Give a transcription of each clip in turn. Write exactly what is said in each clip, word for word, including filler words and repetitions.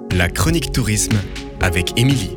La chronique tourisme avec Émilie.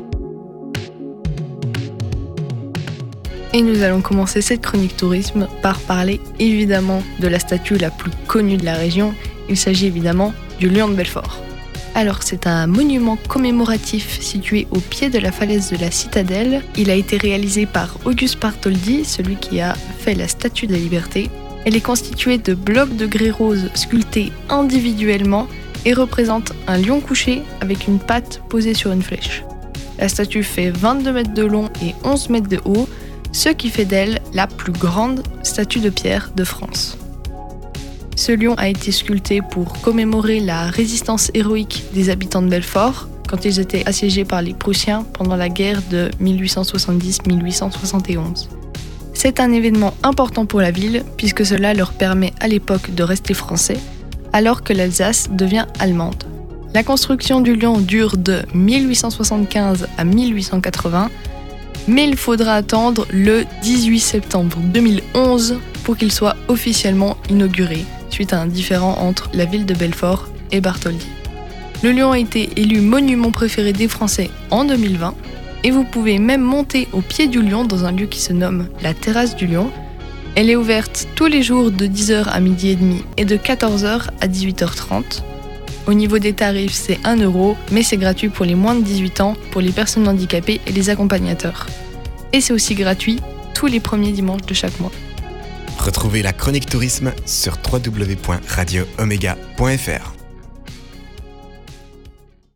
Et nous allons commencer cette chronique tourisme par parler évidemment de la statue la plus connue de la région. Il s'agit évidemment du Lion de Belfort. Alors c'est un monument commémoratif situé au pied de la falaise de la citadelle. Il a été réalisé par Auguste Bartholdi, celui qui a fait la Statue de la Liberté. Elle est constituée de blocs de grès rose sculptés individuellement et représente un lion couché avec une patte posée sur une flèche. La statue fait vingt-deux mètres de long et onze mètres de haut, ce qui fait d'elle la plus grande statue de pierre de France. Ce lion a été sculpté pour commémorer la résistance héroïque des habitants de Belfort quand ils étaient assiégés par les Prussiens pendant la guerre de dix-huit cent soixante-dix à dix-huit cent soixante et onze. C'est un événement important pour la ville puisque cela leur permet à l'époque de rester français alors que l'Alsace devient allemande. La construction du lion dure de dix-huit cent soixante-quinze à dix-huit cent quatre-vingts, mais il faudra attendre le dix-huit septembre deux mille onze pour qu'il soit officiellement inauguré, suite à un différend entre la ville de Belfort et Bartholdi. Le lion a été élu monument préféré des Français en deux mille vingt, et vous pouvez même monter au pied du lion dans un lieu qui se nomme la Terrasse du Lion. Elle est ouverte tous les jours de dix heures à midi et demi et de quatorze heures à dix-huit heures trente. Au niveau des tarifs, c'est un euro, mais c'est gratuit pour les moins de dix-huit ans, pour les personnes handicapées et les accompagnateurs. Et c'est aussi gratuit tous les premiers dimanches de chaque mois. Retrouvez la chronique tourisme sur w w w point radio omega point f r.